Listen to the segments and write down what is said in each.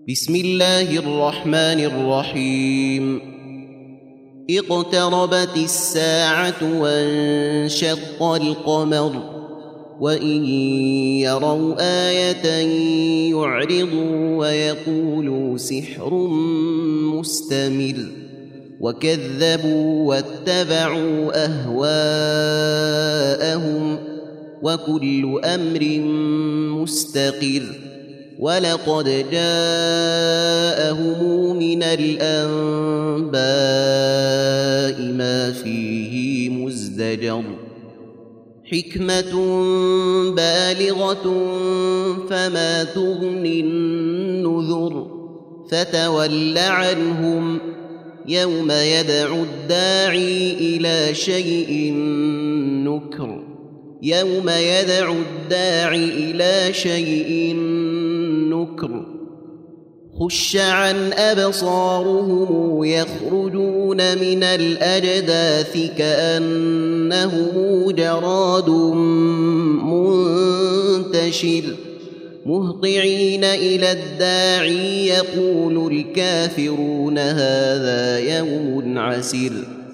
بسم الله الرحمن الرحيم اقتربت الساعة وانشق القمر وإن يروا آية يعرضوا ويقولوا سحر مستمر وكذبوا واتبعوا أهواءهم وكل أمر مستقر ولقد جاءهم من الأنباء ما فيه مزدجر حكمة بالغة فما تغني النذر فتول عنهم يوم يدعو الداعي إلى شيء نكر يوم يدعو الداعي إلى شيء نكر خش عن أبصارهم يخرجون من الأجداث كأنهم جراد منتشر مهطعين إلى الداعي يقول الكافرون هذا يوم عسر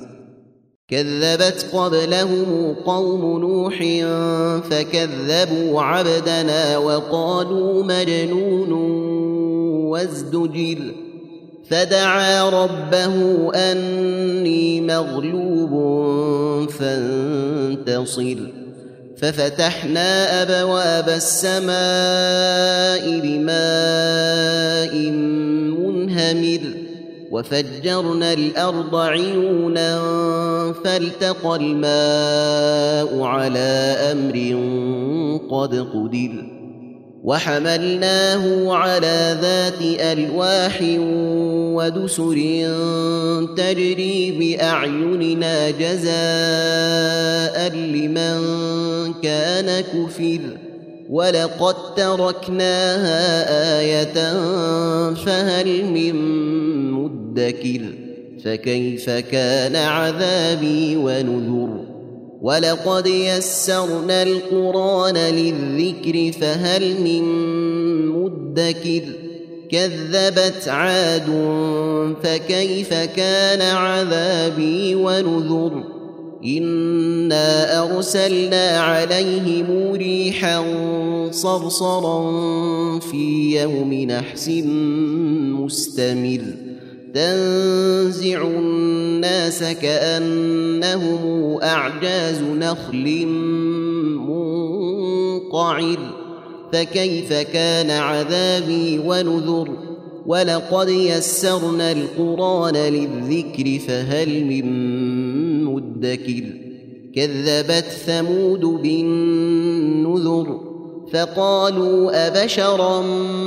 كذبت قبلهم قوم نوح فكذبوا عبدنا وقالوا مجنون وازدجر فدعا ربه أني مغلوب فانتصر ففتحنا أبواب السماء بماء منهمر وفجرنا الأرض عيونا فالتقى الماء على أمر قد قدر وحملناه على ذات ألواح ودسر تجري بأعيننا جزاء لمن كان كفر ولقد تركناها آية فهل من مدكر فكيف كان عذابي ونذر ولقد يسرنا القرآن للذكر فهل من مدكر كذبت عاد فكيف كان عذابي ونذر إنا أرسلنا عليهم ريحا صرصرا في يوم نحس مستمر تنزع الناس كأنهم أعجاز نخل منقعر فكيف كان عذابي ونذر ولقد يسرنا القرآن للذكر فهل من مدكر كذبت ثمود بالنذر فقالوا أبشرا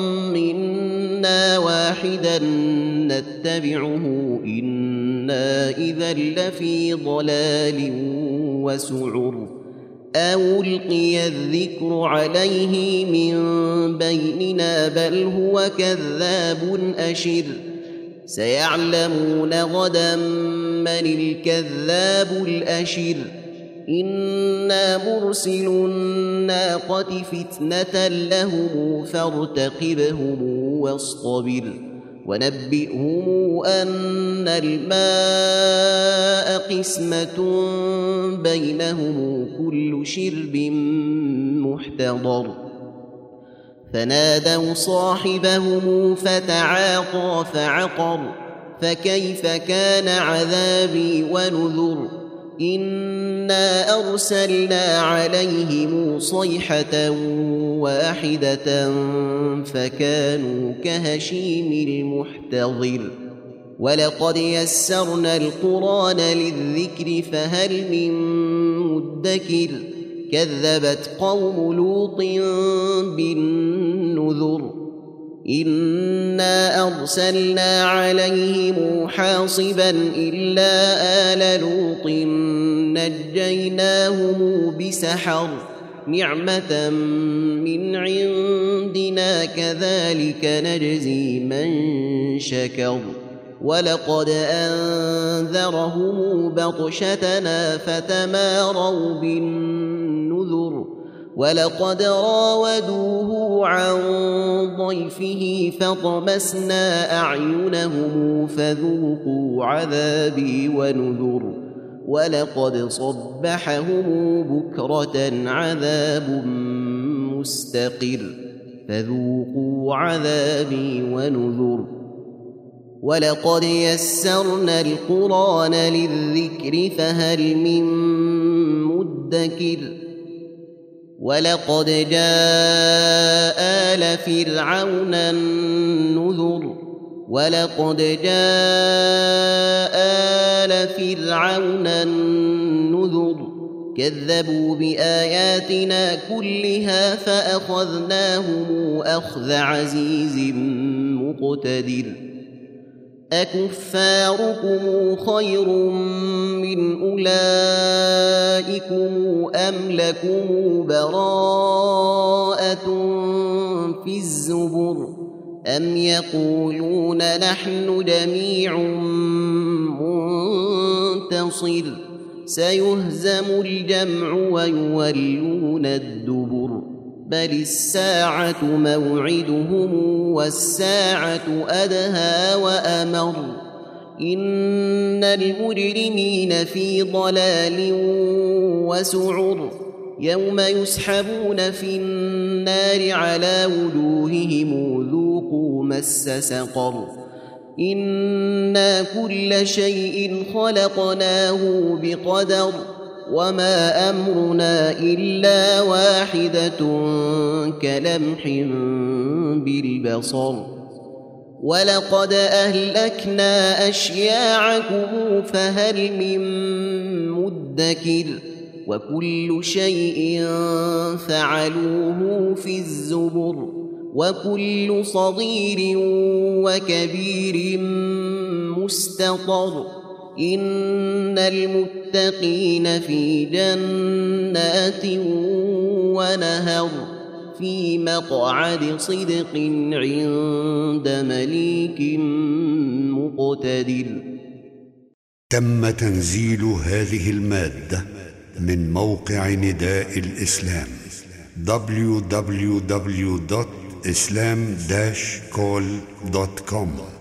منا واحدا نتبعه إنا إذا لفي ضلال وسعر أو ألقي الذكر عليه من بيننا بل هو كذاب أشر سيعلمون غدا من الكذاب الأشر إنا مرسل الناقة فتنة لهم فارتقبهم واصطبر ونبئهم أن الماء قسمة بينهم كل شرب محتضر فنادوا صاحبهم فتعاطى فعقر فكيف كان عذابي ونذر إنا أرسلنا عليهم صيحة واحدة فكانوا كهشيم المحتضر ولقد يسرنا القرآن للذكر فهل من مدكر كذبت قوم لوط بالنذر إنا أرسلنا عليهم حاصبا إلا آل لوط نجيناهم بسحر نعمة من عندنا كذلك نجزي من شكر ولقد أنذرهم بطشتنا فتماروا بالنذر ولقد راودوه عن ضيفه فطمسنا أعينهم فذوقوا عذابي ونذر ولقد صبحهم بكرة عذاب مستقر فذوقوا عذابي ونذر ولقد يسرنا القرآن للذكر فهل من مدكر ولقد جاء آل فرعون النذر ولقد جاء آل فرعون النذر كذبوا بآياتنا كلها فأخذناهم أخذ عزيز مقتدر أكفاركم خير من أولئكم أم لكم براءة في الزبر أم يقولون نحن جميع منتصر سيهزم الجمع ويولون الدبر بل الساعة موعدهم والساعة أدهى وأمر إن المجرمين في ضلال وسعر يوم يسحبون في النار على وجوههم ذوقوا مس سقر إنا كل شيء خلقناه بقدر وما أمرنا إلا واحدة كلمح بالبصر ولقد أهلكنا أشياعكم فهل من مدكر وكل شيء فعلوه في الزبر وكل صغير وكبير مستطر إن المتقين في جنات ونهر في مقعد صدق عند مليك مقتدر. تم تنزيل هذه المادة من موقع نداء الإسلام www.islam-call.com